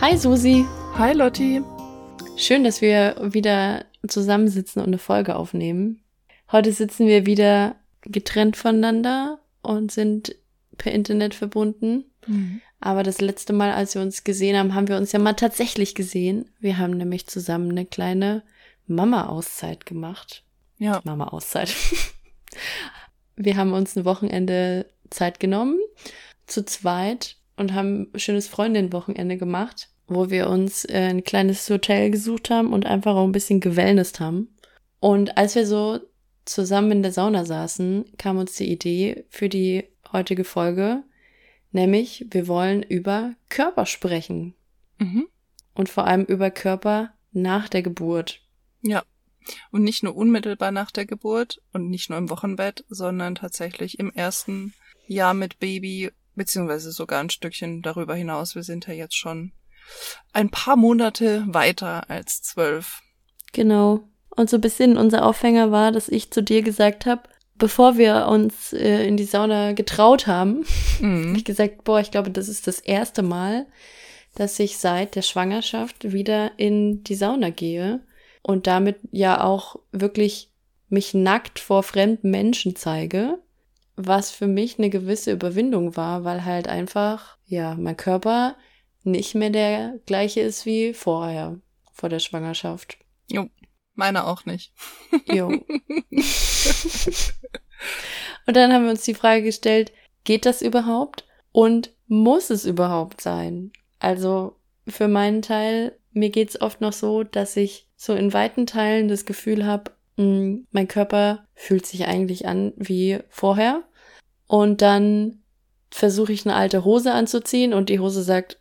Hi Susi. Hi Lotti. Schön, dass wir wieder zusammensitzen und eine Folge aufnehmen. Heute sitzen wir wieder getrennt voneinander und sind per Internet verbunden. Aber das letzte Mal, als wir uns gesehen haben, haben wir uns ja mal tatsächlich gesehen. Wir haben nämlich zusammen eine kleine Mama-Auszeit gemacht. Ja. Mama-Auszeit. Wir haben uns ein Wochenende Zeit genommen, zu zweit, und haben ein schönes Freundinnenwochenende gemacht, wo wir uns ein kleines Hotel gesucht haben und einfach auch ein bisschen gewellnesst haben. Und als wir so zusammen in der Sauna saßen, kam uns die Idee für die heutige Folge, nämlich wir wollen über Körper sprechen. Und vor allem über Körper nach der Geburt. Ja. Und nicht nur unmittelbar nach der Geburt und nicht nur im Wochenbett, sondern tatsächlich im ersten Jahr mit Baby, beziehungsweise sogar ein Stückchen darüber hinaus. Wir sind ja jetzt schon ein paar Monate weiter als 12. Genau. Und so ein bisschen unser Aufhänger war, dass ich zu dir gesagt habe, bevor wir uns in die Sauna getraut haben, habe ich gesagt, ich glaube, das ist das erste Mal, dass ich seit der Schwangerschaft wieder in die Sauna gehe und damit ja auch wirklich mich nackt vor fremden Menschen zeige, was für mich eine gewisse Überwindung war, weil halt einfach, ja, mein Körper nicht mehr der gleiche ist wie vorher, vor der Schwangerschaft. Jo, meine auch nicht. Jo. Und dann haben wir uns die Frage gestellt, geht das überhaupt? Und muss es überhaupt sein? Also für meinen Teil, mir geht's oft noch so, dass ich so in weiten Teilen das Gefühl habe, mein Körper fühlt sich eigentlich an wie vorher. Und dann versuche ich eine alte Hose anzuziehen und die Hose sagt,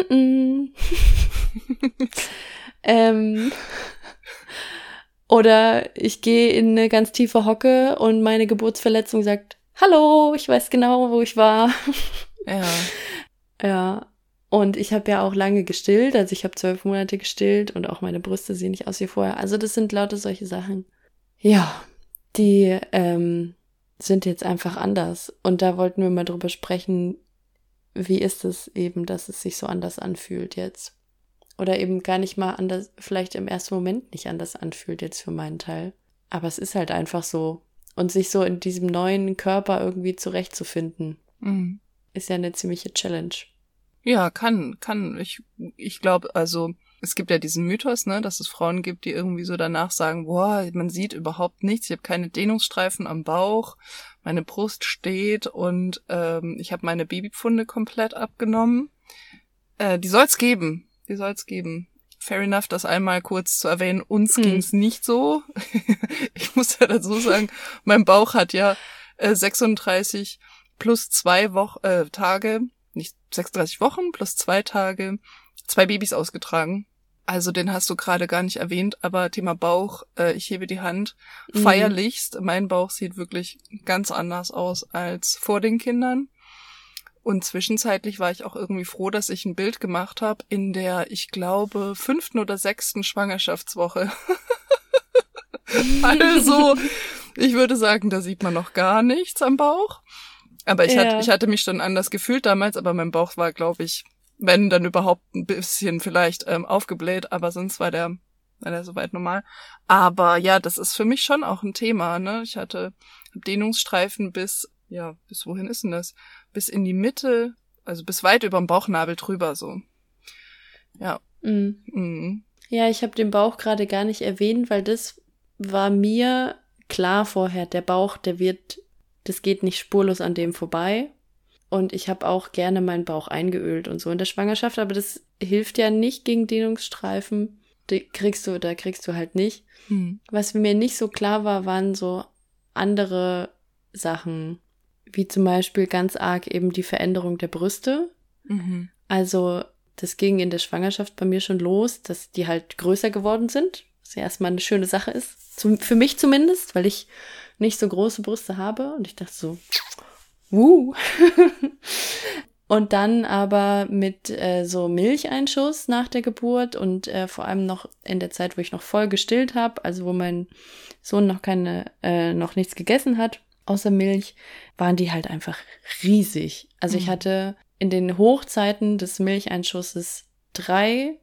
Oder ich gehe in eine ganz tiefe Hocke und meine Geburtsverletzung sagt, hallo, ich weiß genau, wo ich war. Ja. Ja, und ich habe ja auch lange gestillt, also ich habe 12 Monate gestillt und auch meine Brüste sehen nicht aus wie vorher. Also das sind lauter solche Sachen. Ja, die sind jetzt einfach anders. Und da wollten wir mal drüber sprechen, wie ist es eben, dass es sich so anders anfühlt jetzt. Oder eben gar nicht mal anders, vielleicht im ersten Moment nicht anders anfühlt jetzt für meinen Teil. Aber es ist halt einfach so. Und sich so in diesem neuen Körper irgendwie zurechtzufinden, ist ja eine ziemliche Challenge. Ja, kann. Ich glaube, also es gibt ja diesen Mythos, ne, dass es Frauen gibt, die irgendwie so danach sagen, boah, man sieht überhaupt nichts, ich habe keine Dehnungsstreifen am Bauch, meine Brust steht und ich habe meine Babypfunde komplett abgenommen. Die soll's geben. Fair enough, das einmal kurz zu erwähnen. Uns ging's nicht so. Ich muss ja dazu sagen, mein Bauch hat ja 36 plus 2 Tage, nicht 36 Wochen plus 2 Tage, 2 Babys ausgetragen. Also den hast du gerade gar nicht erwähnt, aber Thema Bauch, ich hebe die Hand feierlichst. Mein Bauch sieht wirklich ganz anders aus als vor den Kindern. Und zwischenzeitlich war ich auch irgendwie froh, dass ich ein Bild gemacht habe in der, ich glaube, 5. oder 6. Schwangerschaftswoche. Also, ich würde sagen, da sieht man noch gar nichts am Bauch. Aber ich hatte mich schon anders gefühlt damals, aber mein Bauch war, glaube ich, wenn dann überhaupt ein bisschen vielleicht aufgebläht, aber sonst war der soweit normal. Aber ja, das ist für mich schon auch ein Thema, ne? Ich hatte Dehnungsstreifen bis wohin ist denn das? Bis in die Mitte, also bis weit über dem Bauchnabel drüber so. Ja. Ja, ich habe den Bauch gerade gar nicht erwähnt, weil das war mir klar vorher. Der Bauch, das geht nicht spurlos an dem vorbei. Und ich habe auch gerne meinen Bauch eingeölt und so in der Schwangerschaft, aber das hilft ja nicht gegen Dehnungsstreifen. Da kriegst du halt nicht. Was mir nicht so klar war, waren so andere Sachen, wie zum Beispiel ganz arg eben die Veränderung der Brüste. Also das ging in der Schwangerschaft bei mir schon los, dass die halt größer geworden sind, was ja erstmal eine schöne Sache ist, für mich zumindest, weil ich nicht so große Brüste habe und ich dachte so, Und dann aber mit so Milcheinschuss nach der Geburt und vor allem noch in der Zeit, wo ich noch voll gestillt habe, also wo mein Sohn noch nichts gegessen hat, außer Milch, waren die halt einfach riesig. Also ich hatte in den Hochzeiten des Milcheinschusses 3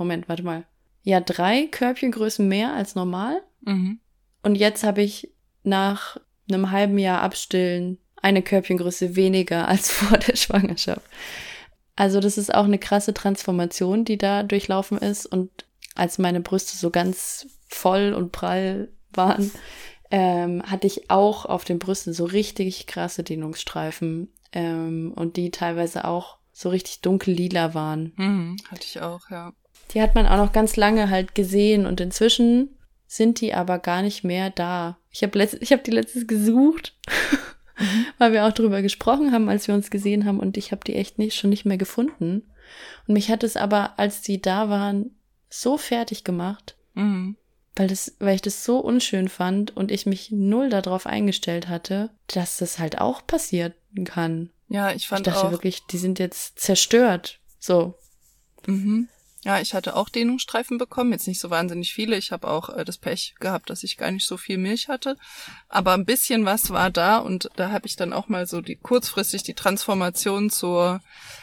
Körbchengrößen mehr als normal. Mhm. Und jetzt habe ich nach einem halben Jahr Abstillen eine Körbchengröße weniger als vor der Schwangerschaft. Also das ist auch eine krasse Transformation, die da durchlaufen ist. Und als meine Brüste so ganz voll und prall waren, hatte ich auch auf den Brüsten so richtig krasse Dehnungsstreifen und die teilweise auch so richtig dunkel lila waren. Hatte ich auch, ja. Die hat man auch noch ganz lange halt gesehen und inzwischen sind die aber gar nicht mehr da. Ich hab die letztens gesucht, weil wir auch drüber gesprochen haben, als wir uns gesehen haben und ich habe die echt schon nicht mehr gefunden. Und mich hat es aber, als die da waren, so fertig gemacht, weil ich das so unschön fand und ich mich null darauf eingestellt hatte, dass das halt auch passieren kann. Ja, ich dachte auch wirklich, die sind jetzt zerstört. So. Ja, ich hatte auch Dehnungsstreifen bekommen, jetzt nicht so wahnsinnig viele. Ich habe auch das Pech gehabt, dass ich gar nicht so viel Milch hatte. Aber ein bisschen was war da und da habe ich dann auch mal so kurzfristig die Transformation zur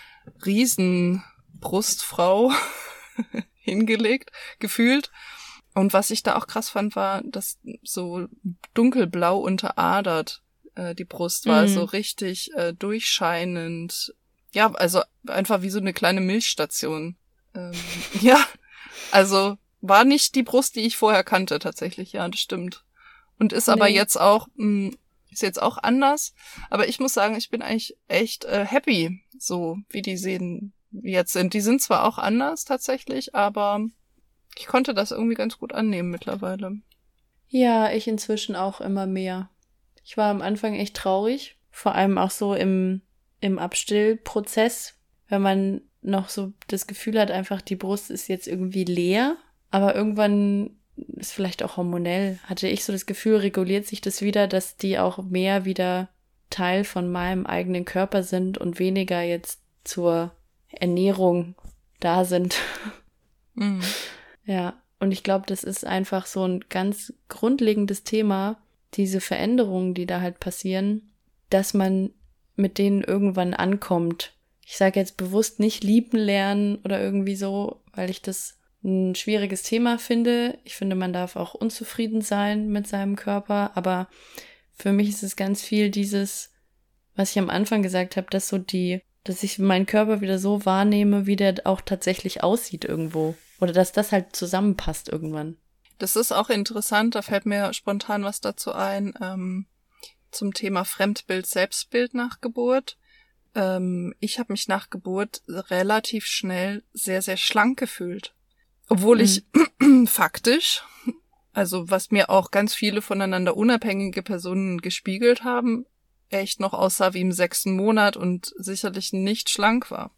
Riesenbrustfrau hingelegt, gefühlt. Und was ich da auch krass fand, war, dass so dunkelblau unteradert die Brust war, so richtig durchscheinend. Ja, also einfach wie so eine kleine Milchstation. Ja, also war nicht die Brust, die ich vorher kannte tatsächlich, ja, das stimmt. Und ist aber jetzt auch, ist jetzt auch anders. Aber ich muss sagen, ich bin eigentlich echt happy, so wie die Sehen jetzt sind. Die sind zwar auch anders tatsächlich, aber ich konnte das irgendwie ganz gut annehmen mittlerweile. Ja, ich inzwischen auch immer mehr. Ich war am Anfang echt traurig, vor allem auch so im Abstillprozess, wenn man noch so das Gefühl hat, einfach die Brust ist jetzt irgendwie leer, aber irgendwann ist vielleicht auch hormonell, hatte ich so das Gefühl, reguliert sich das wieder, dass die auch mehr wieder Teil von meinem eigenen Körper sind und weniger jetzt zur Ernährung da sind. Ja, und ich glaube, das ist einfach so ein ganz grundlegendes Thema, diese Veränderungen, die da halt passieren, dass man mit denen irgendwann ankommt. Ich sage jetzt bewusst nicht lieben lernen oder irgendwie so, weil ich das ein schwieriges Thema finde. Ich finde, man darf auch unzufrieden sein mit seinem Körper, aber für mich ist es ganz viel dieses, was ich am Anfang gesagt habe, dass ich meinen Körper wieder so wahrnehme, wie der auch tatsächlich aussieht irgendwo. Oder dass das halt zusammenpasst irgendwann. Das ist auch interessant, da fällt mir spontan was dazu ein, zum Thema Fremdbild, Selbstbild nach Geburt. Ich habe mich nach Geburt relativ schnell sehr, sehr schlank gefühlt. Obwohl ich faktisch, also was mir auch ganz viele voneinander unabhängige Personen gespiegelt haben, echt noch aussah wie im 6. Monat und sicherlich nicht schlank war.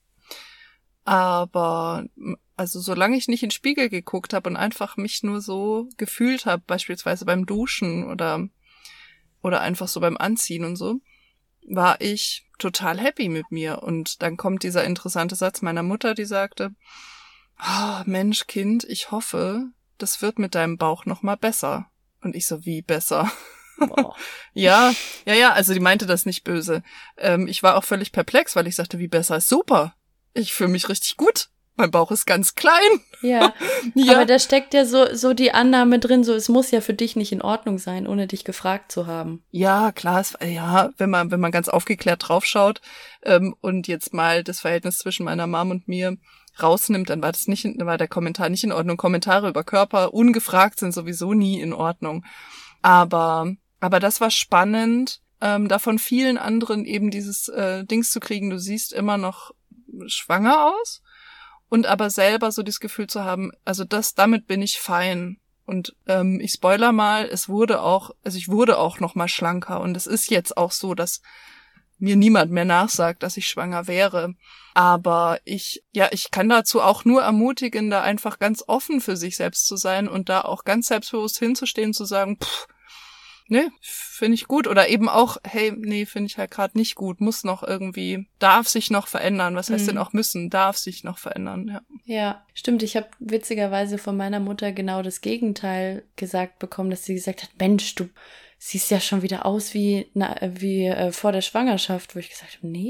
Aber also solange ich nicht in den Spiegel geguckt habe und einfach mich nur so gefühlt habe, beispielsweise beim Duschen oder einfach so beim Anziehen und so, war ich total happy mit mir. Und dann kommt dieser interessante Satz meiner Mutter, die sagte, oh, Mensch, Kind, ich hoffe, das wird mit deinem Bauch noch mal besser. Und ich so, wie besser? Wow. Ja, also die meinte das nicht böse. Ich war auch völlig perplex, weil ich sagte, wie besser ist super. Ich fühle mich richtig gut. Mein Bauch ist ganz klein. Ja, aber da steckt ja so die Annahme drin, so es muss ja für dich nicht in Ordnung sein, ohne dich gefragt zu haben. Ja, klar, wenn man ganz aufgeklärt draufschaut und jetzt mal das Verhältnis zwischen meiner Mom und mir rausnimmt, dann war der Kommentar nicht in Ordnung. Kommentare über Körper ungefragt sind sowieso nie in Ordnung. Aber das war spannend, da von vielen anderen eben dieses Dings zu kriegen, du siehst immer noch schwanger aus. Und aber selber so das Gefühl zu haben, also damit bin ich fein. Und ich spoiler mal, ich wurde auch noch mal schlanker. Und es ist jetzt auch so, dass mir niemand mehr nachsagt, dass ich schwanger wäre. Aber ich kann dazu auch nur ermutigen, da einfach ganz offen für sich selbst zu sein und da auch ganz selbstbewusst hinzustehen, zu sagen, ne, finde ich gut. Oder eben auch, hey, nee, finde ich halt gerade nicht gut. Darf sich noch verändern. Was heißt denn auch müssen? Darf sich noch verändern, ja. Ja, stimmt. Ich habe witzigerweise von meiner Mutter genau das Gegenteil gesagt bekommen, dass sie gesagt hat, Mensch, du siehst ja schon wieder aus wie vor der Schwangerschaft. Wo ich gesagt habe, nee,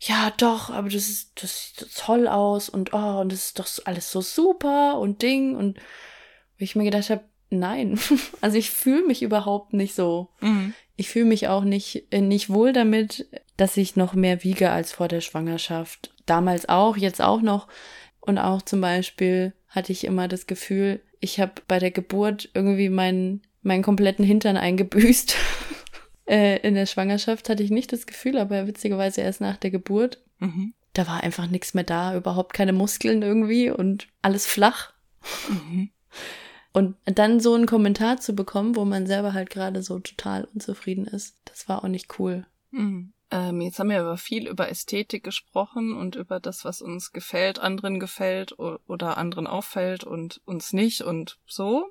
ja doch, aber das sieht toll aus und und das ist doch alles so super und Ding und ich mir gedacht habe, nein, also ich fühle mich überhaupt nicht so. Mhm. Ich fühle mich auch nicht wohl damit, dass ich noch mehr wiege als vor der Schwangerschaft. Damals auch, jetzt auch noch. Und auch zum Beispiel hatte ich immer das Gefühl, ich habe bei der Geburt irgendwie meinen kompletten Hintern eingebüßt. In der Schwangerschaft hatte ich nicht das Gefühl, aber witzigerweise erst nach der Geburt. Mhm. Da war einfach nichts mehr da, überhaupt keine Muskeln irgendwie und alles flach. Mhm. Und dann so einen Kommentar zu bekommen, wo man selber halt gerade so total unzufrieden ist, das war auch nicht cool. Mhm. Jetzt haben wir viel über Ästhetik gesprochen und über das, was uns gefällt, anderen gefällt oder anderen auffällt und uns nicht und so.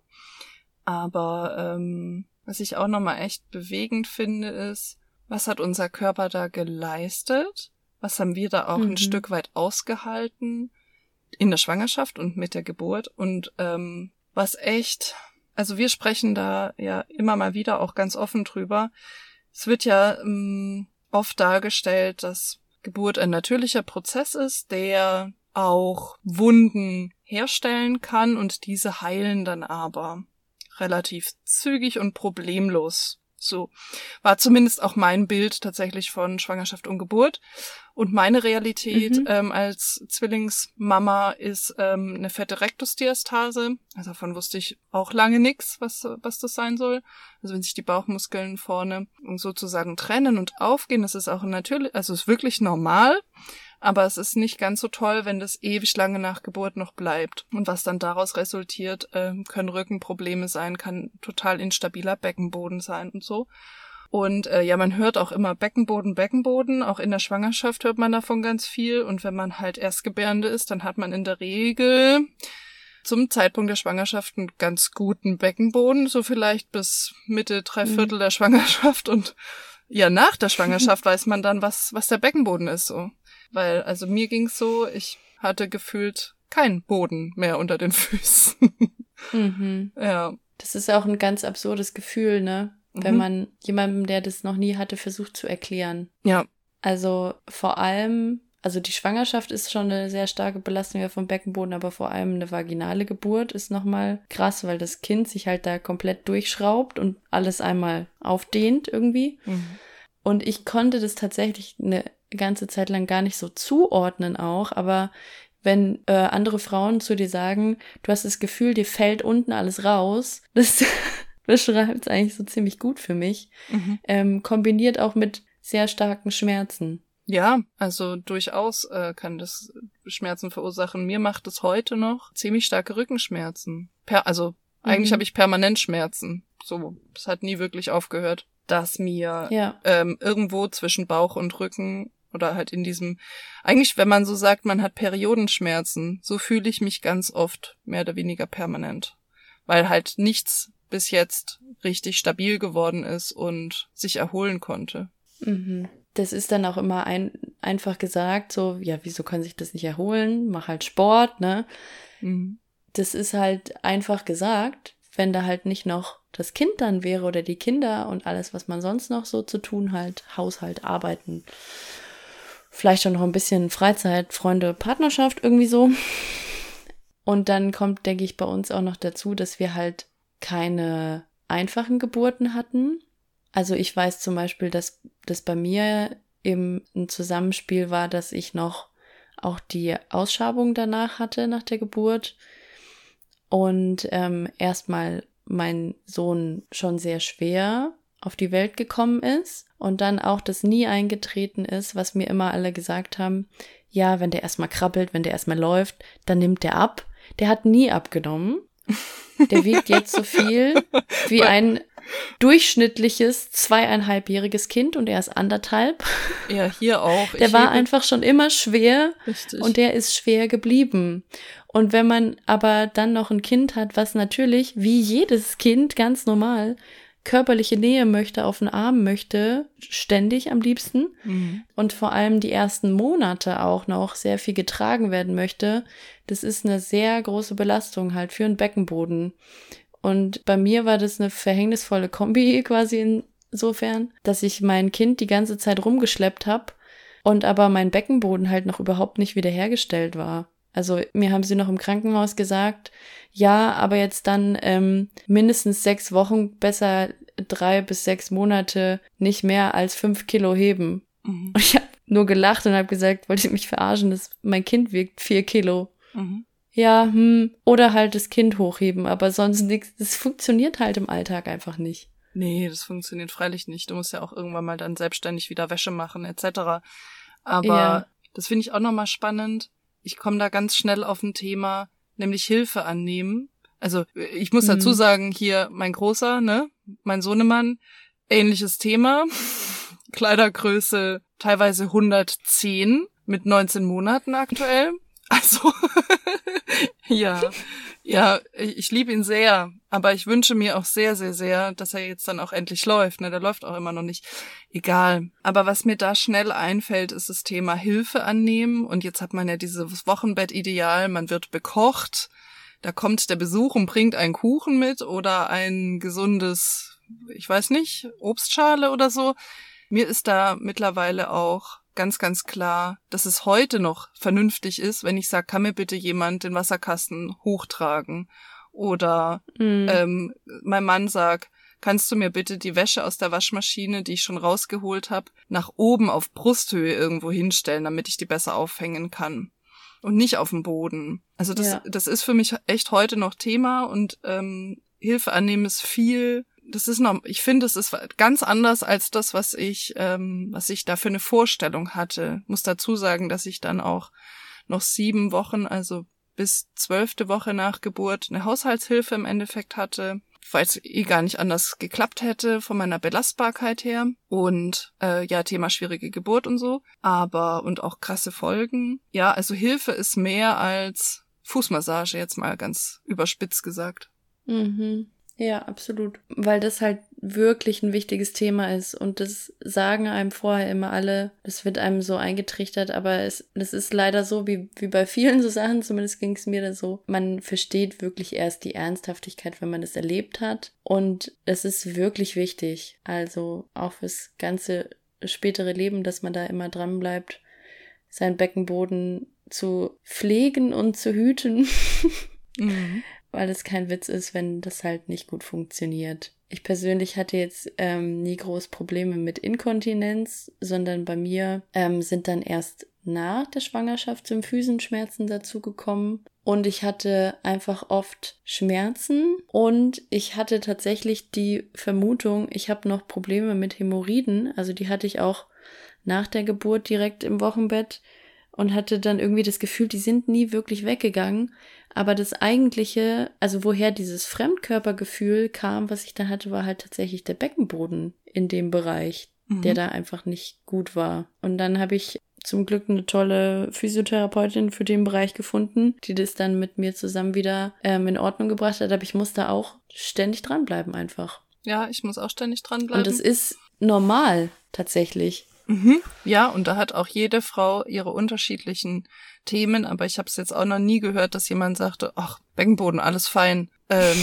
Aber was ich auch nochmal echt bewegend finde, ist, was hat unser Körper da geleistet? Was haben wir da auch ein Stück weit ausgehalten in der Schwangerschaft und mit der Geburt? Und was echt, also wir sprechen da ja immer mal wieder auch ganz offen drüber. Es wird ja oft dargestellt, dass Geburt ein natürlicher Prozess ist, der auch Wunden herstellen kann und diese heilen dann aber relativ zügig und problemlos. So war zumindest auch mein Bild tatsächlich von Schwangerschaft und Geburt. Und meine Realität als Zwillingsmama ist eine fette Rektusdiastase. Also davon wusste ich auch lange nichts, was das sein soll. Also wenn sich die Bauchmuskeln vorne sozusagen trennen und aufgehen, das ist auch natürlich, also ist wirklich normal. Aber es ist nicht ganz so toll, wenn das ewig lange nach Geburt noch bleibt. Und was dann daraus resultiert, können Rückenprobleme sein, kann total instabiler Beckenboden sein und so. Und ja, man hört auch immer Beckenboden. Auch in der Schwangerschaft hört man davon ganz viel. Und wenn man halt Erstgebärende ist, dann hat man in der Regel zum Zeitpunkt der Schwangerschaft einen ganz guten Beckenboden. So vielleicht bis Mitte, Dreiviertel der Schwangerschaft. Und ja, nach der Schwangerschaft weiß man dann, was der Beckenboden ist so. Weil, also mir ging's so, ich hatte gefühlt keinen Boden mehr unter den Füßen. Ja. Das ist auch ein ganz absurdes Gefühl, ne? Wenn man jemandem, der das noch nie hatte, versucht zu erklären. Ja. Also vor allem, also die Schwangerschaft ist schon eine sehr starke Belastung vom Beckenboden, aber vor allem eine vaginale Geburt ist nochmal krass, weil das Kind sich halt da komplett durchschraubt und alles einmal aufdehnt irgendwie. Und ich konnte das tatsächlich eine ganze Zeit lang gar nicht so zuordnen auch, aber wenn andere Frauen zu dir sagen, du hast das Gefühl, dir fällt unten alles raus, das beschreibt es eigentlich so ziemlich gut für mich, kombiniert auch mit sehr starken Schmerzen. Ja, also durchaus kann das Schmerzen verursachen. Mir macht es heute noch ziemlich starke Rückenschmerzen. Eigentlich habe ich permanent Schmerzen. So, es hat nie wirklich aufgehört, dass mir irgendwo zwischen Bauch und Rücken oder halt in diesem, eigentlich, wenn man so sagt, man hat Periodenschmerzen, so fühle ich mich ganz oft mehr oder weniger permanent. Weil halt nichts bis jetzt richtig stabil geworden ist und sich erholen konnte. Das ist dann auch immer einfach gesagt, so, ja, wieso kann sich das nicht erholen? Mach halt Sport, ne? Das ist halt einfach gesagt, wenn da halt nicht noch das Kind dann wäre oder die Kinder und alles, was man sonst noch so zu tun hat, Haushalt, Arbeiten, vielleicht auch noch ein bisschen Freizeit, Freunde, Partnerschaft, irgendwie so. Und dann kommt, denke ich, bei uns auch noch dazu, dass wir halt keine einfachen Geburten hatten. Also ich weiß zum Beispiel, dass das bei mir eben ein Zusammenspiel war, dass ich noch auch die Ausschabung danach hatte, nach der Geburt. Und erstmal mein Sohn schon sehr schwer auf die Welt gekommen ist und dann auch das nie eingetreten ist, was mir immer alle gesagt haben, ja, wenn der erstmal krabbelt, wenn der erstmal läuft, dann nimmt der ab. Der hat nie abgenommen. Der wiegt jetzt so viel wie ein durchschnittliches 2,5-jähriges Kind und er ist 1,5. Ja, hier auch. Der war einfach schon immer schwer. Richtig. Und der ist schwer geblieben. Und wenn man aber dann noch ein Kind hat, was natürlich, wie jedes Kind, ganz normal, körperliche Nähe möchte, auf den Arm möchte, ständig am liebsten und vor allem die ersten Monate auch noch sehr viel getragen werden möchte, das ist eine sehr große Belastung halt für den Beckenboden. Und bei mir war das eine verhängnisvolle Kombi quasi insofern, dass ich mein Kind die ganze Zeit rumgeschleppt habe und aber mein Beckenboden halt noch überhaupt nicht wiederhergestellt war. Also mir haben sie noch im Krankenhaus gesagt, ja, aber jetzt dann mindestens 6 Wochen, besser 3 bis 6 Monate, nicht mehr als 5 Kilo heben. Und ich habe nur gelacht und habe gesagt, wollt ihr mich verarschen, mein Kind wiegt 4 Kilo. Ja, oder halt das Kind hochheben, aber sonst nichts. Das funktioniert halt im Alltag einfach nicht. Nee, das funktioniert freilich nicht. Du musst ja auch irgendwann mal dann selbstständig wieder Wäsche machen etc. Aber das finde ich auch nochmal spannend. Ich komme da ganz schnell auf ein Thema, nämlich Hilfe annehmen. Also ich muss dazu sagen, hier mein Großer, ne, mein Sohnemann, ähnliches Thema. Kleidergröße teilweise 110 mit 19 Monaten aktuell. Also ja, ich liebe ihn sehr, aber ich wünsche mir auch sehr, sehr, sehr, dass er jetzt dann auch endlich läuft. Ne, der läuft auch immer noch nicht. Egal. Aber was mir da schnell einfällt, ist das Thema Hilfe annehmen. Und jetzt hat man ja dieses Wochenbett-Ideal, man wird bekocht. Da kommt der Besuch und bringt einen Kuchen mit oder ein gesundes, ich weiß nicht, Obstschale oder so. Mir ist da mittlerweile auch ganz, ganz klar, dass es heute noch vernünftig ist, wenn ich sage, kann mir bitte jemand den Wasserkasten hochtragen? Oder mein Mann sagt, kannst du mir bitte die Wäsche aus der Waschmaschine, die ich schon rausgeholt habe, nach oben auf Brusthöhe irgendwo hinstellen, damit ich die besser aufhängen kann. Und nicht auf dem Boden. Also das ist für mich echt heute noch Thema und Hilfe annehmen ist viel. Das ist noch, ich finde, es ist ganz anders als das, was ich da für eine Vorstellung hatte. Muss dazu sagen, dass ich dann auch noch 7 Wochen, also bis 12. Woche nach Geburt, eine Haushaltshilfe im Endeffekt hatte, weil es gar nicht anders geklappt hätte von meiner Belastbarkeit her. Und Thema schwierige Geburt und so, und auch krasse Folgen. Ja, also Hilfe ist mehr als Fußmassage, jetzt mal ganz überspitzt gesagt. Ja, absolut. Weil das halt wirklich ein wichtiges Thema ist und das sagen einem vorher immer alle, das wird einem so eingetrichtert, aber das ist leider so, wie bei vielen so Sachen, zumindest ging es mir da so, man versteht wirklich erst die Ernsthaftigkeit, wenn man es erlebt hat und es ist wirklich wichtig, also auch fürs ganze spätere Leben, dass man da immer dran bleibt, seinen Beckenboden zu pflegen und zu hüten. Weil es kein Witz ist, wenn das halt nicht gut funktioniert. Ich persönlich hatte jetzt nie groß Probleme mit Inkontinenz, sondern bei mir sind dann erst nach der Schwangerschaft Symphysenschmerzen dazugekommen und ich hatte einfach oft Schmerzen und ich hatte tatsächlich die Vermutung, ich habe noch Probleme mit Hämorrhoiden, also die hatte ich auch nach der Geburt direkt im Wochenbett und hatte dann irgendwie das Gefühl, die sind nie wirklich weggegangen. Aber das eigentliche, also woher dieses Fremdkörpergefühl kam, was ich da hatte, war halt tatsächlich der Beckenboden in dem Bereich, der da einfach nicht gut war. Und dann habe ich zum Glück eine tolle Physiotherapeutin für den Bereich gefunden, die das dann mit mir zusammen wieder in Ordnung gebracht hat. Aber ich muss da auch ständig dranbleiben einfach. Ja, ich muss auch ständig dranbleiben. Und es ist normal tatsächlich. Ja, und da hat auch jede Frau ihre unterschiedlichen Themen, aber ich habe es jetzt auch noch nie gehört, dass jemand sagte, ach, Beckenboden, alles fein.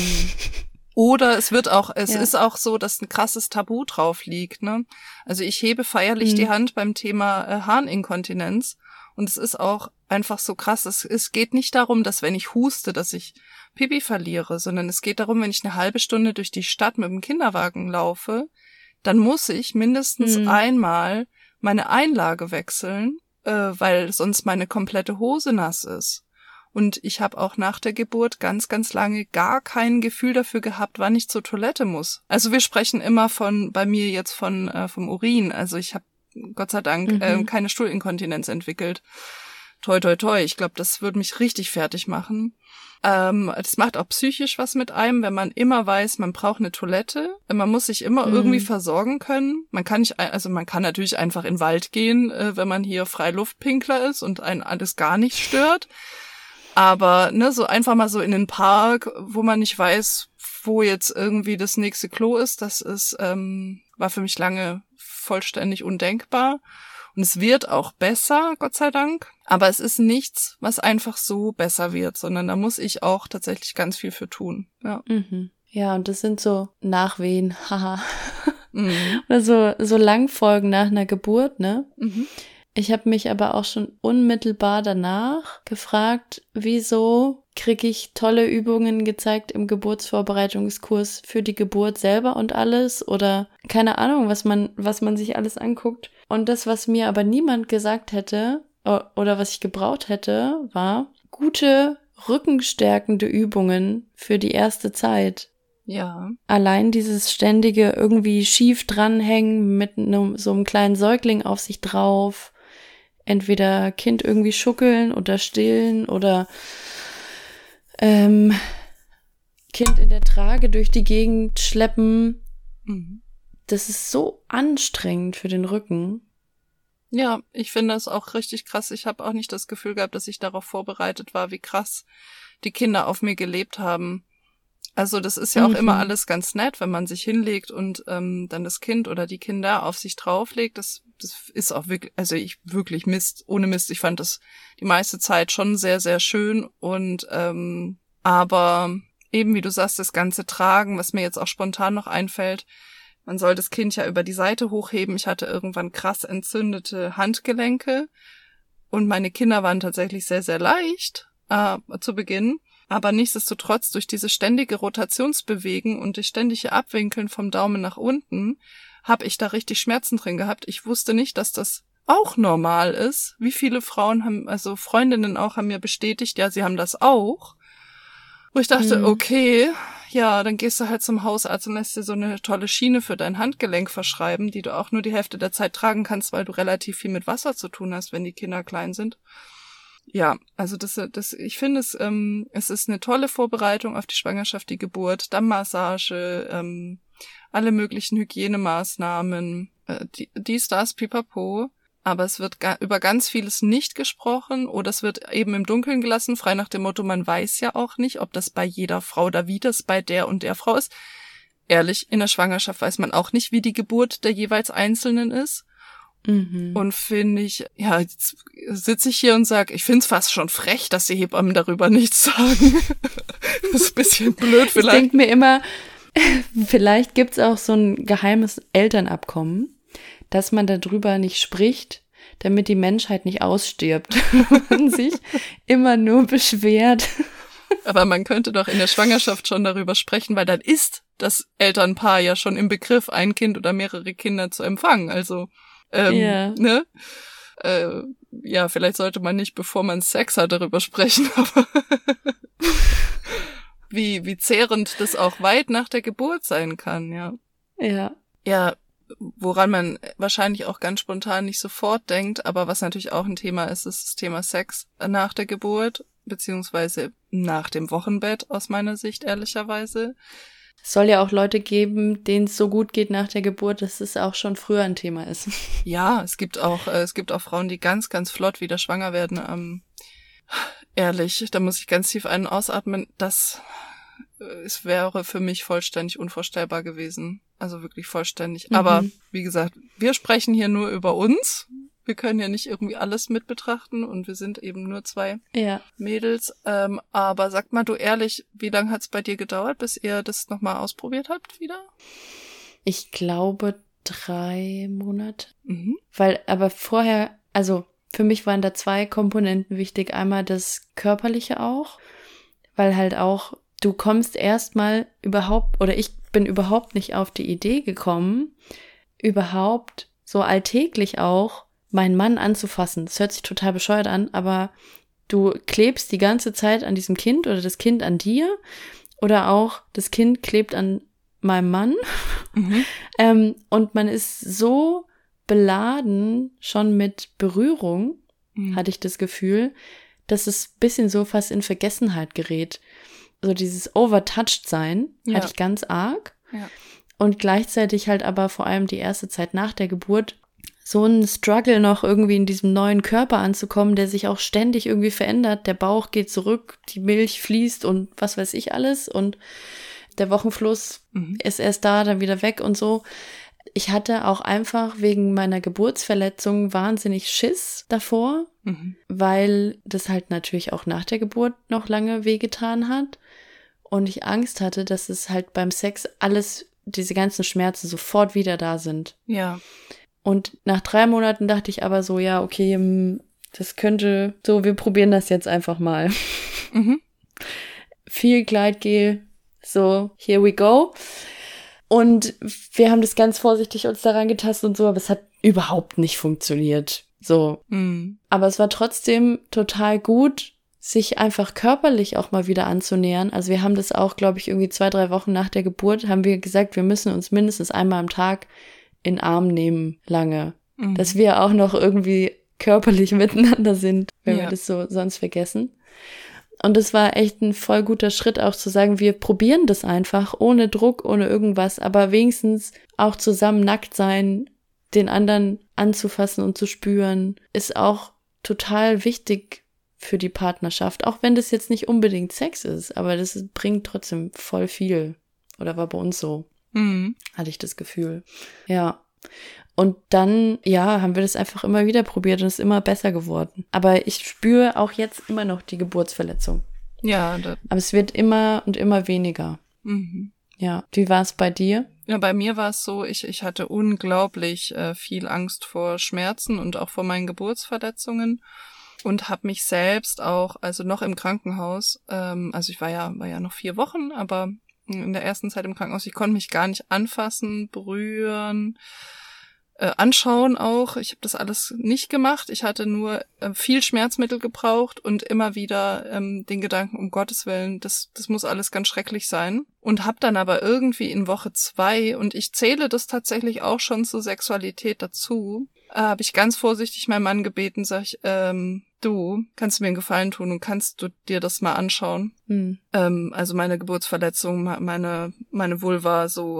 Oder es ist auch so, dass ein krasses Tabu drauf liegt, ne? Also ich hebe feierlich die Hand beim Thema Harninkontinenz und es ist auch einfach so krass. Es geht nicht darum, dass wenn ich huste, dass ich Pipi verliere, sondern es geht darum, wenn ich eine halbe Stunde durch die Stadt mit dem Kinderwagen laufe, dann muss ich mindestens einmal meine Einlage wechseln, weil sonst meine komplette Hose nass ist. Und ich habe auch nach der Geburt ganz, ganz lange gar kein Gefühl dafür gehabt, wann ich zur Toilette muss. Also wir sprechen immer bei mir jetzt vom Urin. Also ich habe Gott sei Dank keine Stuhlinkontinenz entwickelt. Toi, toi, toi. Ich glaube, das würde mich richtig fertig machen. Das macht auch psychisch was mit einem, wenn man immer weiß, man braucht eine Toilette. Man muss sich immer irgendwie versorgen können. Man kann natürlich einfach in den Wald gehen, wenn man hier Freiluftpinkler ist und einen alles gar nicht stört. Aber so einfach mal so in den Park, wo man nicht weiß, wo jetzt irgendwie das nächste Klo ist, das ist war für mich lange vollständig undenkbar. Und es wird auch besser, Gott sei Dank. Aber es ist nichts, was einfach so besser wird, sondern da muss ich auch tatsächlich ganz viel für tun. Ja, ja, und das sind so Nachwehen, haha. Oder so Langfolgen nach einer Geburt, ne? Ich habe mich aber auch schon unmittelbar danach gefragt, wieso kriege ich tolle Übungen gezeigt im Geburtsvorbereitungskurs für die Geburt selber und alles oder keine Ahnung, was man sich alles anguckt. Und das, was mir aber niemand gesagt hätte oder was ich gebraucht hätte, war gute rückenstärkende Übungen für die erste Zeit. Ja. Allein dieses ständige irgendwie schief dranhängen mit so einem kleinen Säugling auf sich drauf, entweder Kind irgendwie schuckeln oder stillen oder Kind in der Trage durch die Gegend schleppen. Mhm. Das ist so anstrengend für den Rücken. Ja, ich finde das auch richtig krass. Ich habe auch nicht das Gefühl gehabt, dass ich darauf vorbereitet war, wie krass die Kinder auf mir gelebt haben. Also das ist ja auch immer alles ganz nett, wenn man sich hinlegt und dann das Kind oder die Kinder auf sich drauflegt. Das ist auch wirklich, also ohne Mist. Ich fand das die meiste Zeit schon sehr, sehr schön und aber eben wie du sagst, das ganze Tragen, was mir jetzt auch spontan noch einfällt, man soll das Kind ja über die Seite hochheben. Ich hatte irgendwann krass entzündete Handgelenke und meine Kinder waren tatsächlich sehr, sehr leicht zu Beginn. Aber nichtsdestotrotz durch diese ständige Rotationsbewegen und das ständige Abwinkeln vom Daumen nach unten habe ich da richtig Schmerzen drin gehabt. Ich wusste nicht, dass das auch normal ist. Wie viele Frauen haben, also Freundinnen auch, haben mir bestätigt, ja, sie haben das auch. Wo ich dachte, okay, ja, dann gehst du halt zum Hausarzt und lässt dir so eine tolle Schiene für dein Handgelenk verschreiben, die du auch nur die Hälfte der Zeit tragen kannst, weil du relativ viel mit Wasser zu tun hast, wenn die Kinder klein sind. Ja, also ich finde es ist eine tolle Vorbereitung auf die Schwangerschaft, die Geburt, Dammmassage, alle möglichen Hygienemaßnahmen, das, pipapo. Aber es wird über ganz vieles nicht gesprochen oder es wird eben im Dunkeln gelassen, frei nach dem Motto, man weiß ja auch nicht, ob das bei jeder Frau oder wie das bei der und der Frau ist. Ehrlich, in der Schwangerschaft weiß man auch nicht, wie die Geburt der jeweils Einzelnen ist. Und finde ich, ja, jetzt sitze ich hier und sage, ich finde es fast schon frech, dass die Hebammen darüber nichts sagen. Das ist ein bisschen blöd vielleicht. Ich denke mir immer, vielleicht gibt's auch so ein geheimes Elternabkommen, dass man darüber nicht spricht, damit die Menschheit nicht ausstirbt und sich immer nur beschwert. Aber man könnte doch in der Schwangerschaft schon darüber sprechen, weil dann ist das Elternpaar ja schon im Begriff, ein Kind oder mehrere Kinder zu empfangen. Also ne? Ja, vielleicht sollte man nicht, bevor man Sex hat, darüber sprechen, aber wie zehrend das auch weit nach der Geburt sein kann, ja. Ja. Ja, woran man wahrscheinlich auch ganz spontan nicht sofort denkt, aber was natürlich auch ein Thema ist das Thema Sex nach der Geburt, beziehungsweise nach dem Wochenbett aus meiner Sicht, ehrlicherweise. Es soll ja auch Leute geben, denen es so gut geht nach der Geburt, dass es auch schon früher ein Thema ist. Ja, es gibt auch Frauen, die ganz, ganz flott wieder schwanger werden. Ehrlich, da muss ich ganz tief ein- und ausatmen. Es wäre für mich vollständig unvorstellbar gewesen. Also wirklich vollständig. Aber wie gesagt, wir sprechen hier nur über uns. Wir können ja nicht irgendwie alles mit betrachten und wir sind eben nur zwei Mädels. Aber sag mal du ehrlich, wie lange hat's bei dir gedauert, bis ihr das nochmal ausprobiert habt wieder? Ich glaube 3 Monate. Weil, aber vorher, also für mich waren da 2 Komponenten wichtig. Einmal das Körperliche auch, weil halt auch, du kommst erstmal ich bin überhaupt nicht auf die Idee gekommen, überhaupt so alltäglich auch meinen Mann anzufassen. Das hört sich total bescheuert an, aber du klebst die ganze Zeit an diesem Kind oder das Kind an dir oder auch das Kind klebt an meinem Mann. Und man ist so beladen schon mit Berührung, hatte ich das Gefühl, dass es ein bisschen so fast in Vergessenheit gerät. So dieses Overtouched-Sein hatte ich ganz arg. Ja. Und gleichzeitig halt aber vor allem die erste Zeit nach der Geburt so ein Struggle noch irgendwie in diesem neuen Körper anzukommen, der sich auch ständig irgendwie verändert. Der Bauch geht zurück, die Milch fließt und was weiß ich alles. Und der Wochenfluss ist erst da, dann wieder weg und so. Ich hatte auch einfach wegen meiner Geburtsverletzung wahnsinnig Schiss davor, weil das halt natürlich auch nach der Geburt noch lange wehgetan hat. Und ich Angst hatte, dass es halt beim Sex diese ganzen Schmerzen sofort wieder da sind. Ja. Und nach 3 Monaten dachte ich aber so, ja, okay, das könnte, so, wir probieren das jetzt einfach mal. Mhm. Viel Gleitgel, so, here we go. Und wir haben das ganz vorsichtig uns daran getastet und so, aber es hat überhaupt nicht funktioniert. So. Mhm. Aber es war trotzdem total gut, sich einfach körperlich auch mal wieder anzunähern. Also wir haben das auch, glaube ich, irgendwie 2-3 Wochen nach der Geburt, haben wir gesagt, wir müssen uns mindestens einmal am Tag in den Arm nehmen, lange. Mhm. Dass wir auch noch irgendwie körperlich miteinander sind, wenn wir das so sonst vergessen. Und es war echt ein voll guter Schritt, auch zu sagen, wir probieren das einfach, ohne Druck, ohne irgendwas, aber wenigstens auch zusammen nackt sein, den anderen anzufassen und zu spüren, ist auch total wichtig für die Partnerschaft, auch wenn das jetzt nicht unbedingt Sex ist, aber das bringt trotzdem voll viel. Oder war bei uns so, hatte ich das Gefühl. Ja. Und dann, haben wir das einfach immer wieder probiert und es ist immer besser geworden. Aber ich spüre auch jetzt immer noch die Geburtsverletzung. Ja. Aber es wird immer und immer weniger. Mhm. Ja. Wie war es bei dir? Ja, bei mir war es so, ich hatte unglaublich viel Angst vor Schmerzen und auch vor meinen Geburtsverletzungen und habe mich selbst auch, also noch im Krankenhaus, also ich war ja noch 4 Wochen, aber in der ersten Zeit im Krankenhaus, ich konnte mich gar nicht anfassen, berühren, anschauen auch. Ich habe das alles nicht gemacht. Ich hatte nur viel Schmerzmittel gebraucht und immer wieder den Gedanken, um Gottes Willen, das muss alles ganz schrecklich sein. Und habe dann aber irgendwie in Woche 2, und ich zähle das tatsächlich auch schon zur Sexualität dazu, habe ich ganz vorsichtig meinen Mann gebeten, sag ich, du, kannst du mir einen Gefallen tun und kannst du dir das mal anschauen? Also meine Geburtsverletzung, meine Vulva so,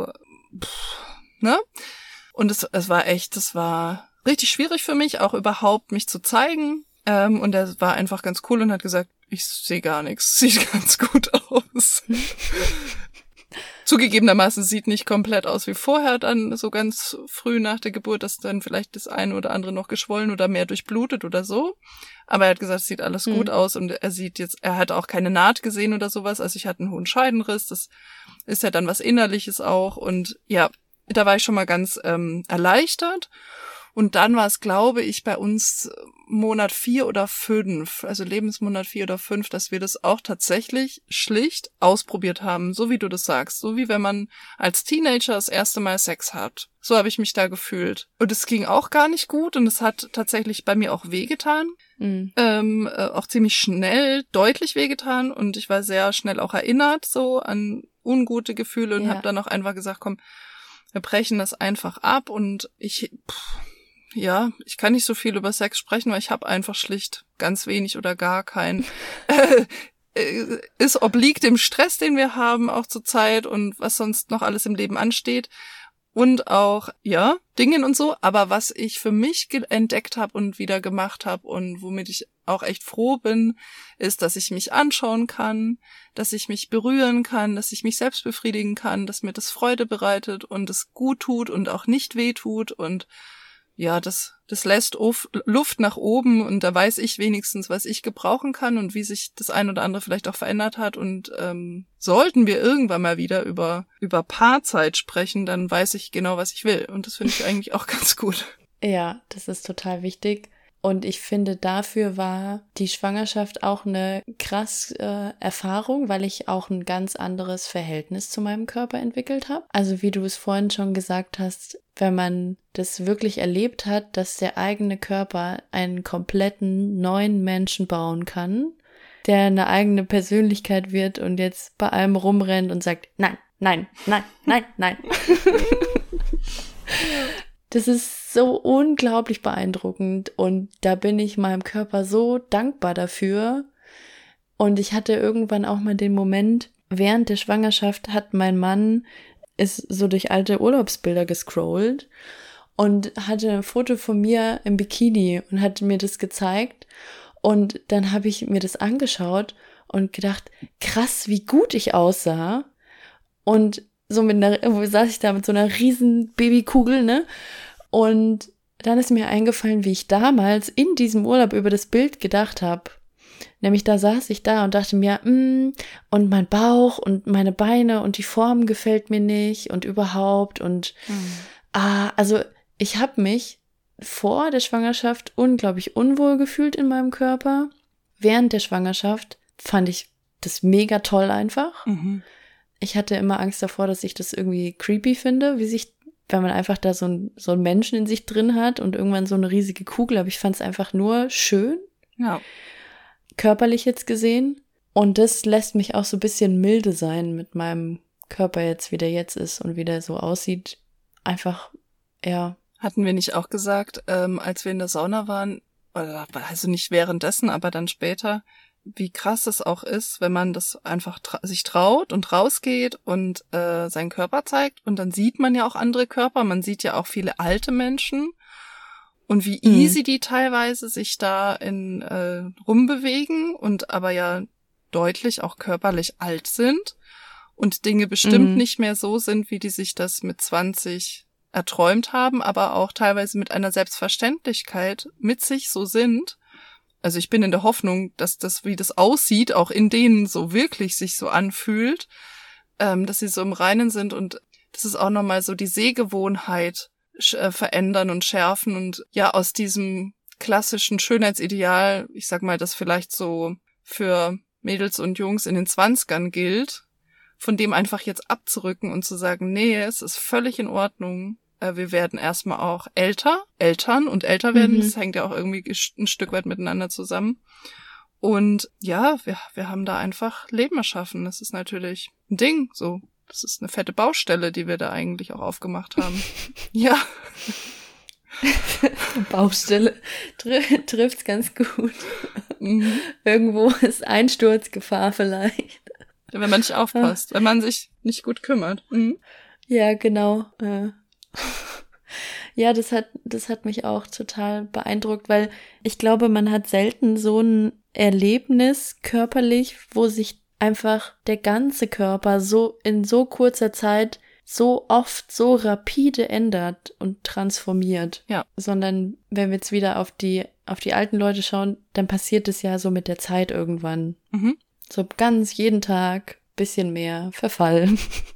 ne? Und es war richtig schwierig für mich, auch überhaupt mich zu zeigen. Und er war einfach ganz cool und hat gesagt, ich sehe gar nichts, sieht ganz gut aus. Zugegebenermaßen sieht nicht komplett aus wie vorher, dann so ganz früh nach der Geburt, dass dann vielleicht das eine oder andere noch geschwollen oder mehr durchblutet oder so. Aber er hat gesagt, es sieht alles gut aus und er hat auch keine Naht gesehen oder sowas. Also ich hatte einen hohen Scheidenriss, das ist ja dann was Innerliches auch und ja, da war ich schon mal ganz erleichtert. Und dann war es, glaube ich, bei uns Monat 4 oder 5, also Lebensmonat 4 oder 5, dass wir das auch tatsächlich schlicht ausprobiert haben, so wie du das sagst. So wie wenn man als Teenager das erste Mal Sex hat. So habe ich mich da gefühlt. Und es ging auch gar nicht gut und es hat tatsächlich bei mir auch wehgetan. Auch ziemlich schnell, deutlich wehgetan. Und ich war sehr schnell auch erinnert so an ungute Gefühle und habe dann auch einfach gesagt, komm, wir brechen das einfach ab und ich kann nicht so viel über Sex sprechen, weil ich habe einfach schlicht ganz wenig oder gar keinen. Es obliegt dem Stress, den wir haben, auch zur Zeit und was sonst noch alles im Leben ansteht. Und auch, Dingen und so. Aber was ich für mich entdeckt habe und wieder gemacht habe und womit ich auch echt froh bin, ist, dass ich mich anschauen kann, dass ich mich berühren kann, dass ich mich selbst befriedigen kann, dass mir das Freude bereitet und es gut tut und auch nicht weh tut und das lässt Luft nach oben und da weiß ich wenigstens, was ich gebrauchen kann und wie sich das ein oder andere vielleicht auch verändert hat und sollten wir irgendwann mal wieder über Paarzeit sprechen, dann weiß ich genau, was ich will und das finde ich eigentlich auch ganz gut. Ja, das ist total wichtig. Und ich finde, dafür war die Schwangerschaft auch eine krass Erfahrung, weil ich auch ein ganz anderes Verhältnis zu meinem Körper entwickelt habe. Also wie du es vorhin schon gesagt hast, wenn man das wirklich erlebt hat, dass der eigene Körper einen kompletten neuen Menschen bauen kann, der eine eigene Persönlichkeit wird und jetzt bei allem rumrennt und sagt, nein, nein, nein, nein, nein. Das ist so unglaublich beeindruckend und da bin ich meinem Körper so dankbar dafür. Und ich hatte irgendwann auch mal den Moment, während der Schwangerschaft hat mein Mann ist so durch alte Urlaubsbilder gescrollt und hatte ein Foto von mir im Bikini und hat mir das gezeigt. Und dann habe ich mir das angeschaut und gedacht, krass, wie gut ich aussah. Und so saß ich da mit so einer riesen Babykugel, ne? Und dann ist mir eingefallen, wie ich damals in diesem Urlaub über das Bild gedacht habe. Nämlich da saß ich da und dachte mir, und mein Bauch und meine Beine und die Form gefällt mir nicht und überhaupt und also ich habe mich vor der Schwangerschaft unglaublich unwohl gefühlt in meinem Körper. Während der Schwangerschaft fand ich das mega toll einfach. Mhm. Ich hatte immer Angst davor, dass ich das irgendwie creepy finde, wenn man einfach da so einen Menschen in sich drin hat und irgendwann so eine riesige Kugel. Aber ich fand es einfach nur schön. Ja. Körperlich jetzt gesehen. Und das lässt mich auch so ein bisschen milde sein mit meinem Körper jetzt, wie der jetzt ist und wie der so aussieht. Einfach, ja. Hatten wir nicht auch gesagt, als wir in der Sauna waren, oder also nicht währenddessen, aber dann später, wie krass es auch ist, wenn man das einfach sich traut und rausgeht und seinen Körper zeigt. Und dann sieht man ja auch andere Körper. Man sieht ja auch viele alte Menschen. Und wie easy die teilweise sich da rumbewegen und aber ja deutlich auch körperlich alt sind. Und Dinge bestimmt nicht mehr so sind, wie die sich das mit 20 erträumt haben, aber auch teilweise mit einer Selbstverständlichkeit mit sich so sind. Also ich bin in der Hoffnung, dass das, wie das aussieht, auch in denen so wirklich sich so anfühlt, dass sie so im Reinen sind und das ist auch nochmal so die Sehgewohnheit verändern und schärfen und ja aus diesem klassischen Schönheitsideal, ich sag mal, das vielleicht so für Mädels und Jungs in den 20ern gilt, von dem einfach jetzt abzurücken und zu sagen, nee, es ist völlig in Ordnung. Wir werden erstmal auch Eltern und älter werden. Das hängt ja auch irgendwie ein Stück weit miteinander zusammen. Und ja, wir haben da einfach Leben erschaffen. Das ist natürlich ein Ding, so. Das ist eine fette Baustelle, die wir da eigentlich auch aufgemacht haben. Ja. Baustelle trifft's ganz gut. Irgendwo ist Einsturzgefahr vielleicht. Wenn man nicht aufpasst, wenn man sich nicht gut kümmert. Ja, genau. Ja, das hat mich auch total beeindruckt, weil ich glaube, man hat selten so ein Erlebnis körperlich, wo sich einfach der ganze Körper so in so kurzer Zeit so oft so rapide ändert und transformiert. Ja. Sondern wenn wir jetzt wieder auf die alten Leute schauen, dann passiert es ja so mit der Zeit irgendwann. So ganz jeden Tag bisschen mehr Verfall.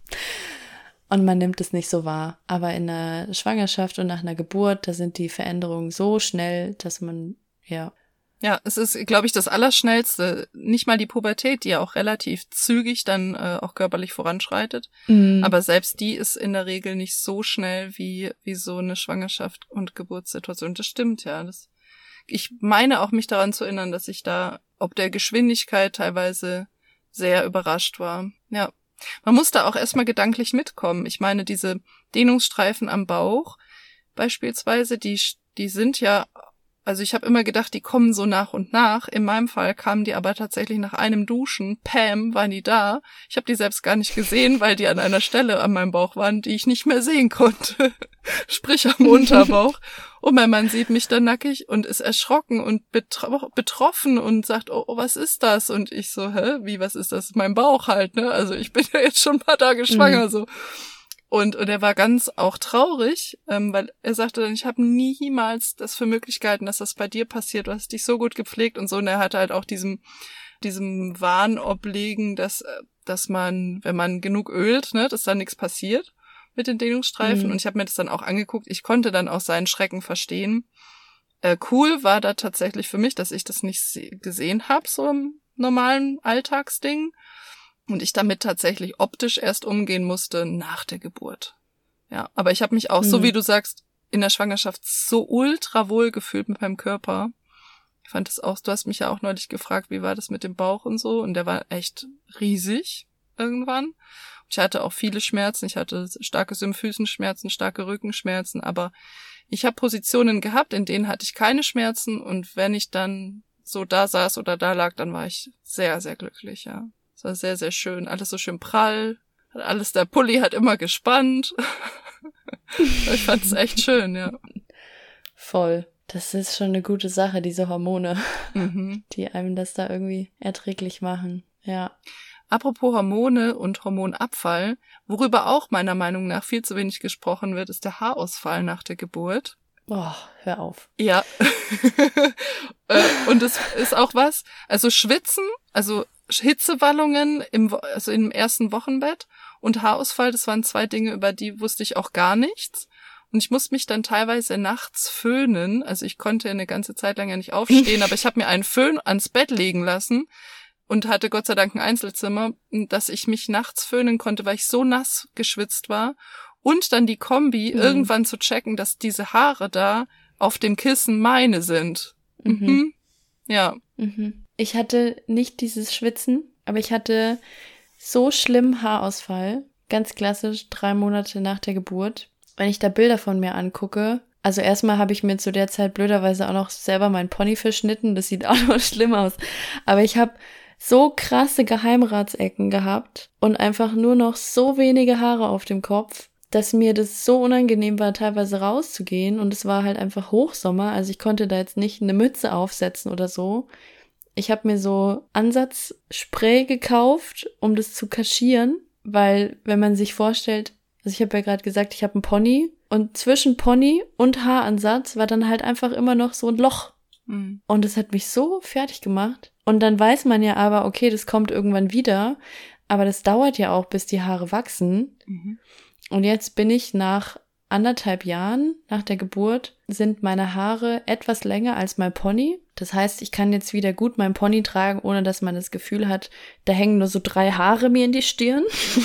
Und man nimmt es nicht so wahr. Aber in einer Schwangerschaft und nach einer Geburt, da sind die Veränderungen so schnell, dass man, ja. Ja, es ist, glaube ich, das Allerschnellste. Nicht mal die Pubertät, die ja auch relativ zügig dann auch körperlich voranschreitet. Aber selbst die ist in der Regel nicht so schnell wie so eine Schwangerschaft und Geburtssituation. Das stimmt, ja. Ich meine auch, mich daran zu erinnern, dass ich da ob der Geschwindigkeit teilweise sehr überrascht war. Ja. Man muss da auch erstmal gedanklich mitkommen. Ich meine, diese Dehnungsstreifen am Bauch beispielsweise, die sind ja, also ich habe immer gedacht, die kommen so nach und nach. In meinem Fall kamen die aber tatsächlich nach einem Duschen. Pam, waren die da. Ich habe die selbst gar nicht gesehen, weil die an einer Stelle an meinem Bauch waren, die ich nicht mehr sehen konnte. Sprich am Unterbauch. Und mein Mann sieht mich dann nackig und ist erschrocken und betroffen und sagt, oh, was ist das? Und ich so, was ist das? Mein Bauch halt, ne? Also ich bin ja jetzt schon ein paar Tage schwanger, so. Und er war ganz auch traurig, weil er sagte dann, ich habe niemals das für möglich gehalten, dass das bei dir passiert. Du hast dich so gut gepflegt und so. Und er hatte halt auch diesem Wahn obliegen, dass man, wenn man genug ölt, ne, dass da nichts passiert mit den Dehnungsstreifen. Und ich habe mir das dann auch angeguckt. Ich konnte dann auch seinen Schrecken verstehen. Cool war da tatsächlich für mich, dass ich das nicht gesehen habe, so im normalen Alltagsding. Und ich damit tatsächlich optisch erst umgehen musste nach der Geburt. Ja, aber ich habe mich auch, so wie du sagst, in der Schwangerschaft so ultra wohl gefühlt mit meinem Körper. Ich fand das auch, du hast mich ja auch neulich gefragt, wie war das mit dem Bauch und so. Und der war echt riesig irgendwann. Ich hatte auch viele Schmerzen. Ich hatte starke Symphysenschmerzen, starke Rückenschmerzen. Aber ich habe Positionen gehabt, in denen hatte ich keine Schmerzen. Und wenn ich dann so da saß oder da lag, dann war ich sehr, sehr glücklich, ja. Es war sehr, sehr schön. Alles so schön prall. Der Pulli hat immer gespannt. Ich fand es echt schön, ja. Voll. Das ist schon eine gute Sache, diese Hormone, die einem das da irgendwie erträglich machen. Ja. Apropos Hormone und Hormonabfall, worüber auch meiner Meinung nach viel zu wenig gesprochen wird, ist der Haarausfall nach der Geburt. Oh, hör auf. Ja. Und es ist auch was, also Schwitzen, also Hitzewallungen im ersten Wochenbett und Haarausfall, das waren 2 Dinge, über die wusste ich auch gar nichts. Und ich musste mich dann teilweise nachts föhnen. Also ich konnte eine ganze Zeit lang ja nicht aufstehen, aber ich habe mir einen Föhn ans Bett legen lassen und hatte Gott sei Dank ein Einzelzimmer, dass ich mich nachts föhnen konnte, weil ich so nass geschwitzt war. Und dann die Kombi, irgendwann zu checken, dass diese Haare da auf dem Kissen meine sind. Mhm. Ja. Mhm. Ich hatte nicht dieses Schwitzen, aber ich hatte so schlimm Haarausfall. Ganz klassisch 3 Monate nach der Geburt. Wenn ich da Bilder von mir angucke, also erstmal habe ich mir zu der Zeit blöderweise auch noch selber meinen Pony verschnitten. Das sieht auch noch schlimm aus. Aber ich habe so krasse Geheimratsecken gehabt und einfach nur noch so wenige Haare auf dem Kopf, dass mir das so unangenehm war, teilweise rauszugehen. Und es war halt einfach Hochsommer. Also ich konnte da jetzt nicht eine Mütze aufsetzen oder so. Ich habe mir so Ansatzspray gekauft, um das zu kaschieren. Weil wenn man sich vorstellt, also ich habe ja gerade gesagt, ich habe einen Pony. Und zwischen Pony und Haaransatz war dann halt einfach immer noch so ein Loch. Und das hat mich so fertig gemacht. Und dann weiß man ja aber, okay, das kommt irgendwann wieder. Aber das dauert ja auch, bis die Haare wachsen. Und jetzt bin ich nach 1,5 Jahren nach der Geburt, sind meine Haare etwas länger als mein Pony. Das heißt, ich kann jetzt wieder gut meinen Pony tragen, ohne dass man das Gefühl hat, da hängen nur so 3 Haare mir in die Stirn.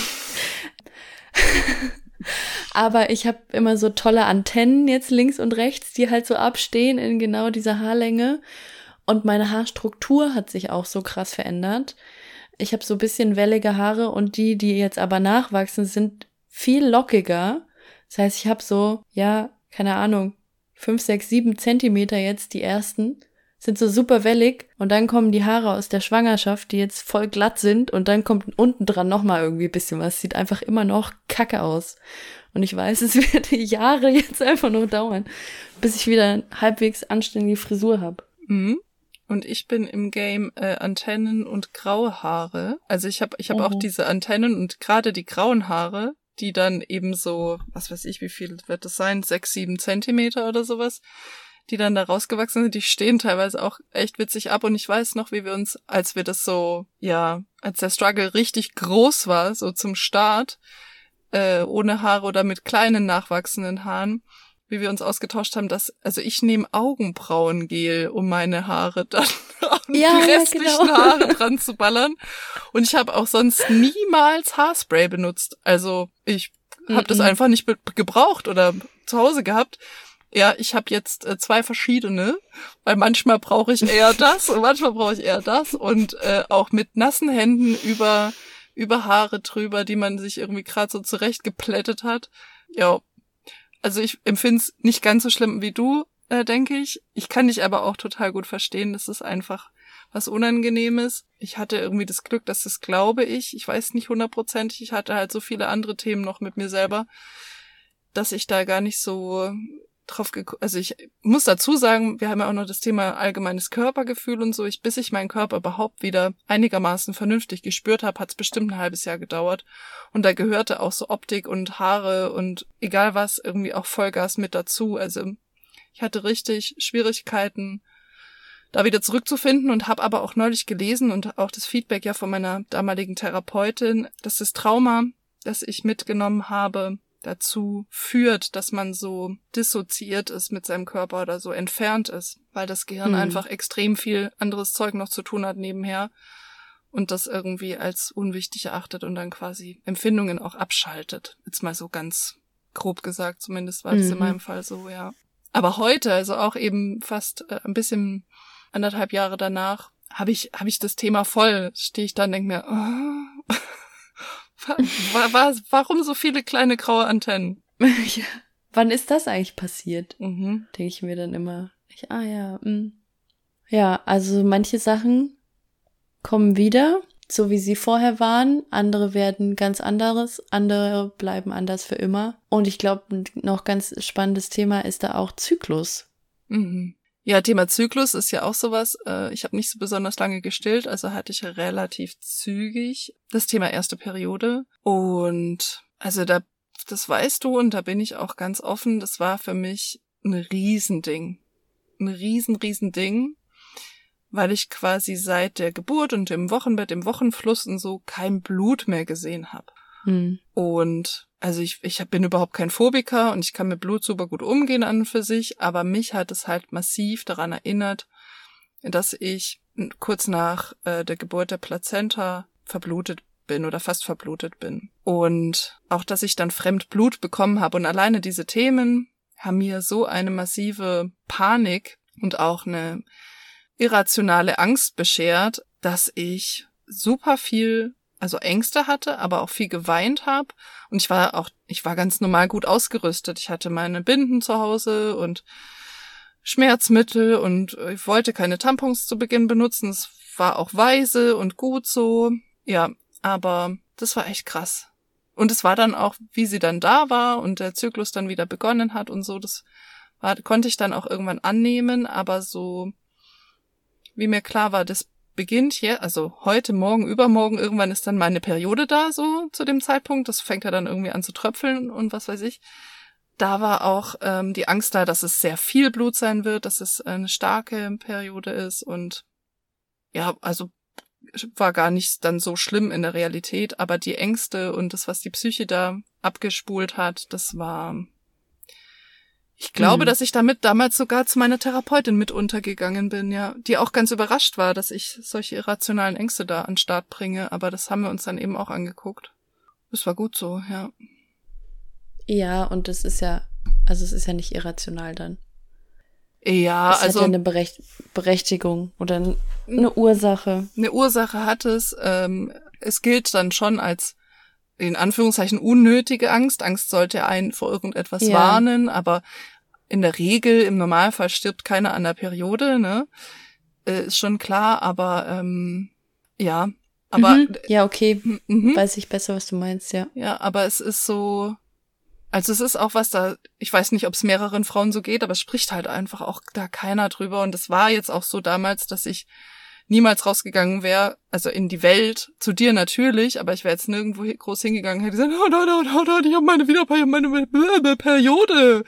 Aber ich habe immer so tolle Antennen jetzt links und rechts, die halt so abstehen in genau dieser Haarlänge. Und meine Haarstruktur hat sich auch so krass verändert. Ich habe so ein bisschen wellige Haare und die jetzt aber nachwachsen, sind viel lockiger. Das heißt, ich habe so, ja, keine Ahnung, 5, 6, 7 Zentimeter jetzt, die ersten, sind so super wellig. Und dann kommen die Haare aus der Schwangerschaft, die jetzt voll glatt sind. Und dann kommt unten dran nochmal irgendwie ein bisschen was. Sieht einfach immer noch kacke aus. Und ich weiß, es wird Jahre jetzt einfach noch dauern, bis ich wieder eine halbwegs anständige Frisur habe. Und ich bin im Game Antennen und graue Haare. Also ich hab auch diese Antennen und gerade die grauen Haare, die dann eben so, was weiß ich, wie viel wird das sein, 6, 7 Zentimeter oder sowas, die dann da rausgewachsen sind, die stehen teilweise auch echt witzig ab. Und ich weiß noch, wie wir uns, als wir das so, ja, als der Struggle richtig groß war, so zum Start, ohne Haare oder mit kleinen nachwachsenden Haaren, wie wir uns ausgetauscht haben, also ich nehme Augenbrauengel, um meine Haare dann an die restlichen Haare dran zu ballern. Und ich habe auch sonst niemals Haarspray benutzt. Also ich habe das einfach nicht gebraucht oder zu Hause gehabt. Ja, ich habe jetzt 2 verschiedene, weil manchmal brauche ich eher das und manchmal brauche ich eher das. Und auch mit nassen Händen über Haare drüber, die man sich irgendwie gerade so zurechtgeplättet hat. Ja, also ich empfinde es nicht ganz so schlimm wie du, denke ich. Ich kann dich aber auch total gut verstehen. Das ist einfach was Unangenehmes. Ich hatte irgendwie das Glück, dass das glaube ich weiß nicht 100%, ich hatte halt so viele andere Themen noch mit mir selber, dass ich da gar nicht so drauf also ich muss dazu sagen, wir haben ja auch noch das Thema allgemeines Körpergefühl und so. Bis ich meinen Körper überhaupt wieder einigermaßen vernünftig gespürt habe, hat es bestimmt ein halbes Jahr gedauert. Und da gehörte auch so Optik und Haare und egal was, irgendwie auch Vollgas mit dazu. Also ich hatte richtig Schwierigkeiten, da wieder zurückzufinden und habe aber auch neulich gelesen und auch das Feedback ja von meiner damaligen Therapeutin, dass das Trauma, das ich mitgenommen habe, dazu führt, dass man so dissoziiert ist mit seinem Körper oder so entfernt ist, weil das Gehirn einfach extrem viel anderes Zeug noch zu tun hat nebenher und das irgendwie als unwichtig erachtet und dann quasi Empfindungen auch abschaltet. Jetzt mal so ganz grob gesagt, zumindest war das in meinem Fall so, ja. Aber heute, also auch eben fast ein bisschen 1,5 Jahre danach, habe ich das Thema voll, stehe ich da und denke mir, warum so viele kleine graue Antennen? Ja. Wann ist das eigentlich passiert? Denke ich mir dann immer. Ja, also manche Sachen kommen wieder, so wie sie vorher waren. Andere werden ganz anderes. Andere bleiben anders für immer. Und ich glaube, ein noch ganz spannendes Thema ist da auch Zyklus. Ja, Thema Zyklus ist ja auch sowas. Ich habe nicht so besonders lange gestillt, also hatte ich relativ zügig das Thema erste Periode. Und also das weißt du und da bin ich auch ganz offen, das war für mich ein Riesending. Ein Riesending, weil ich quasi seit der Geburt und im Wochenbett, im Wochenfluss und so kein Blut mehr gesehen habe. Und also ich bin überhaupt kein Phobiker und ich kann mit Blut super gut umgehen an und für sich, aber mich hat es halt massiv daran erinnert, dass ich kurz nach der Geburt der Plazenta verblutet bin oder fast verblutet bin. Und auch, dass ich dann Fremdblut bekommen habe. Und alleine diese Themen haben mir so eine massive Panik und auch eine irrationale Angst beschert, dass ich super viel, also Ängste hatte, aber auch viel geweint habe. Und ich war ganz normal gut ausgerüstet. Ich hatte meine Binden zu Hause und Schmerzmittel und ich wollte keine Tampons zu Beginn benutzen. Es war auch weise und gut so. Ja, aber das war echt krass. Und es war dann auch, wie sie dann da war und der Zyklus dann wieder begonnen hat und so, konnte ich dann auch irgendwann annehmen, aber so, wie mir klar war, das beginnt hier, also heute, morgen, übermorgen, irgendwann ist dann meine Periode da, so zu dem Zeitpunkt. Das fängt ja dann irgendwie an zu tröpfeln und was weiß ich. Da war auch die Angst da, dass es sehr viel Blut sein wird, dass es eine starke Periode ist und ja, also war gar nicht dann so schlimm in der Realität, aber die Ängste und das, was die Psyche da abgespult hat, das war, ich glaube, dass ich damit damals sogar zu meiner Therapeutin mit untergegangen bin, ja, die auch ganz überrascht war, dass ich solche irrationalen Ängste da an den Start bringe, aber das haben wir uns dann eben auch angeguckt. Das war gut so, ja. Ja, und es ist ja nicht irrational dann. Ja, es hat ja eine Berechtigung oder eine Ursache. Eine Ursache hat es. Es gilt dann schon als, in Anführungszeichen, unnötige Angst. Angst sollte einen vor irgendetwas warnen, aber in der Regel, im Normalfall stirbt keiner an der Periode, ne? Ist schon klar, aber ja. Aber ja, okay. Weiß ich besser, was du meinst, ja. Ja, aber es ist so. Also es ist auch was da, ich weiß nicht, ob es mehreren Frauen so geht, aber es spricht halt einfach auch da keiner drüber. Und es war jetzt auch so damals, dass ich niemals rausgegangen wäre, also in die Welt, zu dir natürlich, aber ich wäre jetzt nirgendwo groß hingegangen, hätte gesagt, oh nein, ich habe meine Periode.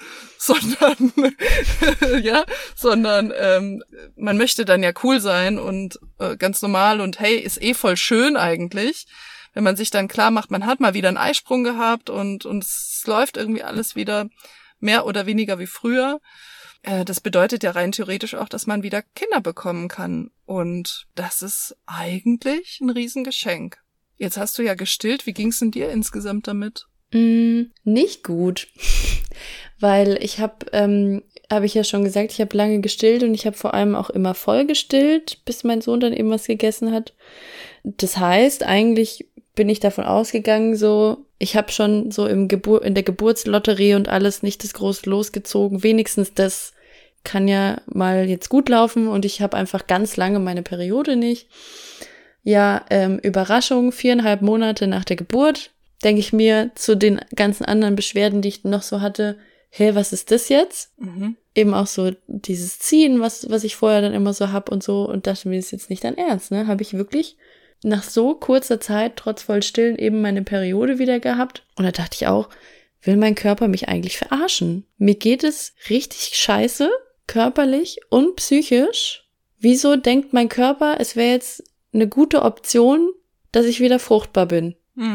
Sondern man möchte dann ja cool sein und ganz normal und hey, ist eh voll schön eigentlich. Wenn man sich dann klar macht, man hat mal wieder einen Eisprung gehabt und es läuft irgendwie alles wieder mehr oder weniger wie früher. Das bedeutet ja rein theoretisch auch, dass man wieder Kinder bekommen kann. Und das ist eigentlich ein Riesengeschenk. Jetzt hast du ja gestillt. Wie ging's denn dir insgesamt damit? Nicht gut. Weil ich habe ich ja schon gesagt, ich habe lange gestillt und ich habe vor allem auch immer voll gestillt, bis mein Sohn dann eben was gegessen hat. Das heißt, eigentlich bin ich davon ausgegangen, so, ich habe schon so in der Geburtslotterie und alles nicht das große losgezogen. Wenigstens das kann ja mal jetzt gut laufen und ich habe einfach ganz lange meine Periode nicht. Ja, Überraschung, 4,5 Monate nach der Geburt, denke ich mir zu den ganzen anderen Beschwerden, die ich noch so hatte, hey, was ist das jetzt? Eben auch so dieses Ziehen, was ich vorher dann immer so hab und so und dachte mir, das ist jetzt nicht dein Ernst, ne? Habe ich wirklich nach so kurzer Zeit, trotz voll Stillen, eben meine Periode wieder gehabt. Und da dachte ich auch, will mein Körper mich eigentlich verarschen? Mir geht es richtig scheiße, körperlich und psychisch. Wieso denkt mein Körper, es wäre jetzt eine gute Option, dass ich wieder fruchtbar bin?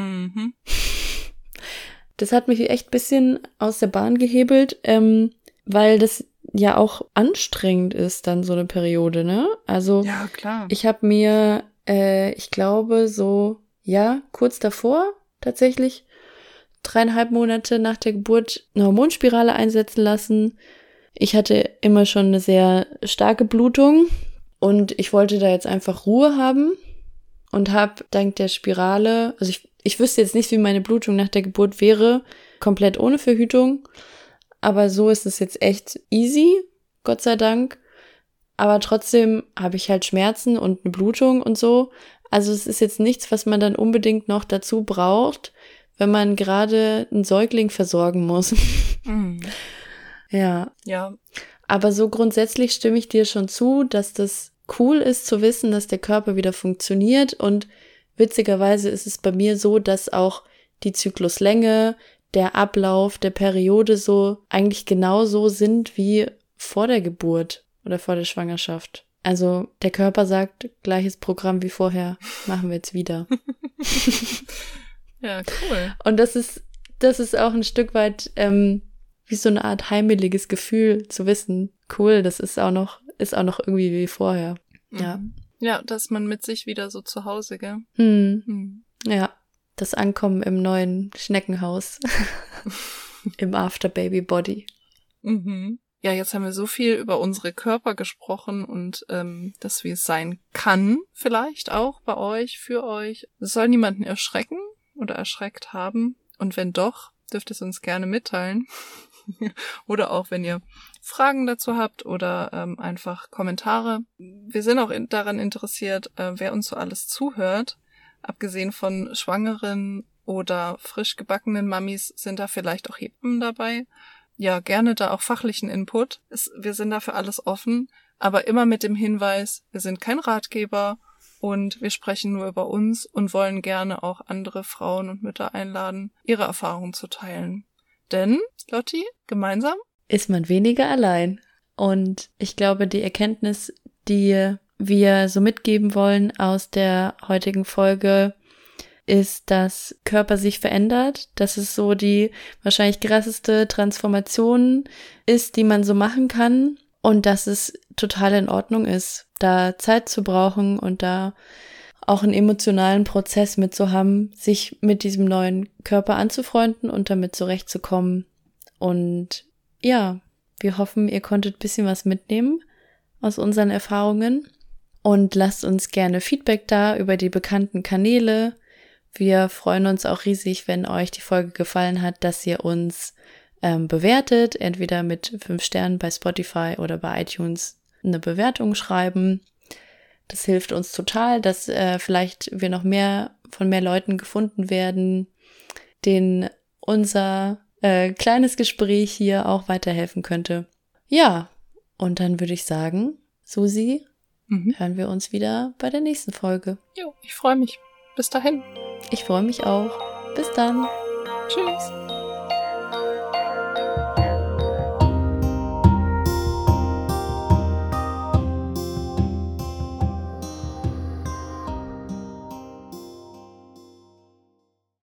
Das hat mich echt ein bisschen aus der Bahn gehebelt, weil das ja auch anstrengend ist, dann so eine Periode, ne? Also ja, klar. Ich habe mir ich glaube so, ja, kurz davor tatsächlich 3,5 Monate nach der Geburt eine Hormonspirale einsetzen lassen. Ich hatte immer schon eine sehr starke Blutung und ich wollte da jetzt einfach Ruhe haben und habe dank der Spirale, also ich wüsste jetzt nicht, wie meine Blutung nach der Geburt wäre, komplett ohne Verhütung, aber so ist es jetzt echt easy, Gott sei Dank. Aber trotzdem habe ich halt Schmerzen und eine Blutung und so. Also es ist jetzt nichts, was man dann unbedingt noch dazu braucht, wenn man gerade einen Säugling versorgen muss. Ja. Aber so grundsätzlich stimme ich dir schon zu, dass das cool ist zu wissen, dass der Körper wieder funktioniert. Und witzigerweise ist es bei mir so, dass auch die Zykluslänge, der Ablauf der Periode so eigentlich genauso sind wie vor der Geburt. Oder vor der Schwangerschaft. Also der Körper sagt, gleiches Programm wie vorher, machen wir jetzt wieder. Ja, cool. Und das ist auch ein Stück weit wie so eine Art heimeliges Gefühl zu wissen, cool, das ist auch noch irgendwie wie vorher. Ja. Ja, dass man mit sich wieder so zu Hause, gell? Ja, das Ankommen im neuen Schneckenhaus. Im After-Baby-Body. Ja, jetzt haben wir so viel über unsere Körper gesprochen und dass wie es sein kann, vielleicht auch bei euch, für euch. Es soll niemanden erschrecken oder erschreckt haben. Und wenn doch, dürft ihr es uns gerne mitteilen. Oder auch, wenn ihr Fragen dazu habt oder einfach Kommentare. Wir sind auch daran interessiert, wer uns so alles zuhört. Abgesehen von Schwangeren oder frisch gebackenen Mamis sind da vielleicht auch Hebammen dabei. Ja, gerne da auch fachlichen Input. Wir sind da für alles offen, aber immer mit dem Hinweis, wir sind kein Ratgeber und wir sprechen nur über uns und wollen gerne auch andere Frauen und Mütter einladen, ihre Erfahrungen zu teilen. Denn, Lotti, gemeinsam ist man weniger allein. Und ich glaube, die Erkenntnis, die wir so mitgeben wollen aus der heutigen Folge, ist, dass Körper sich verändert, dass es so die wahrscheinlich krasseste Transformation ist, die man so machen kann und dass es total in Ordnung ist, da Zeit zu brauchen und da auch einen emotionalen Prozess mit zu haben, sich mit diesem neuen Körper anzufreunden und damit zurechtzukommen. Und ja, wir hoffen, ihr konntet ein bisschen was mitnehmen aus unseren Erfahrungen und lasst uns gerne Feedback da über die bekannten Kanäle. Wir freuen uns auch riesig, wenn euch die Folge gefallen hat, dass ihr uns bewertet, entweder mit 5 Sternen bei Spotify oder bei iTunes eine Bewertung schreiben. Das hilft uns total, dass vielleicht wir noch von mehr Leuten gefunden werden, denen unser kleines Gespräch hier auch weiterhelfen könnte. Ja, und dann würde ich sagen, Susi, hören wir uns wieder bei der nächsten Folge. Jo, ich freue mich. Bis dahin. Ich freue mich auch. Bis dann. Tschüss.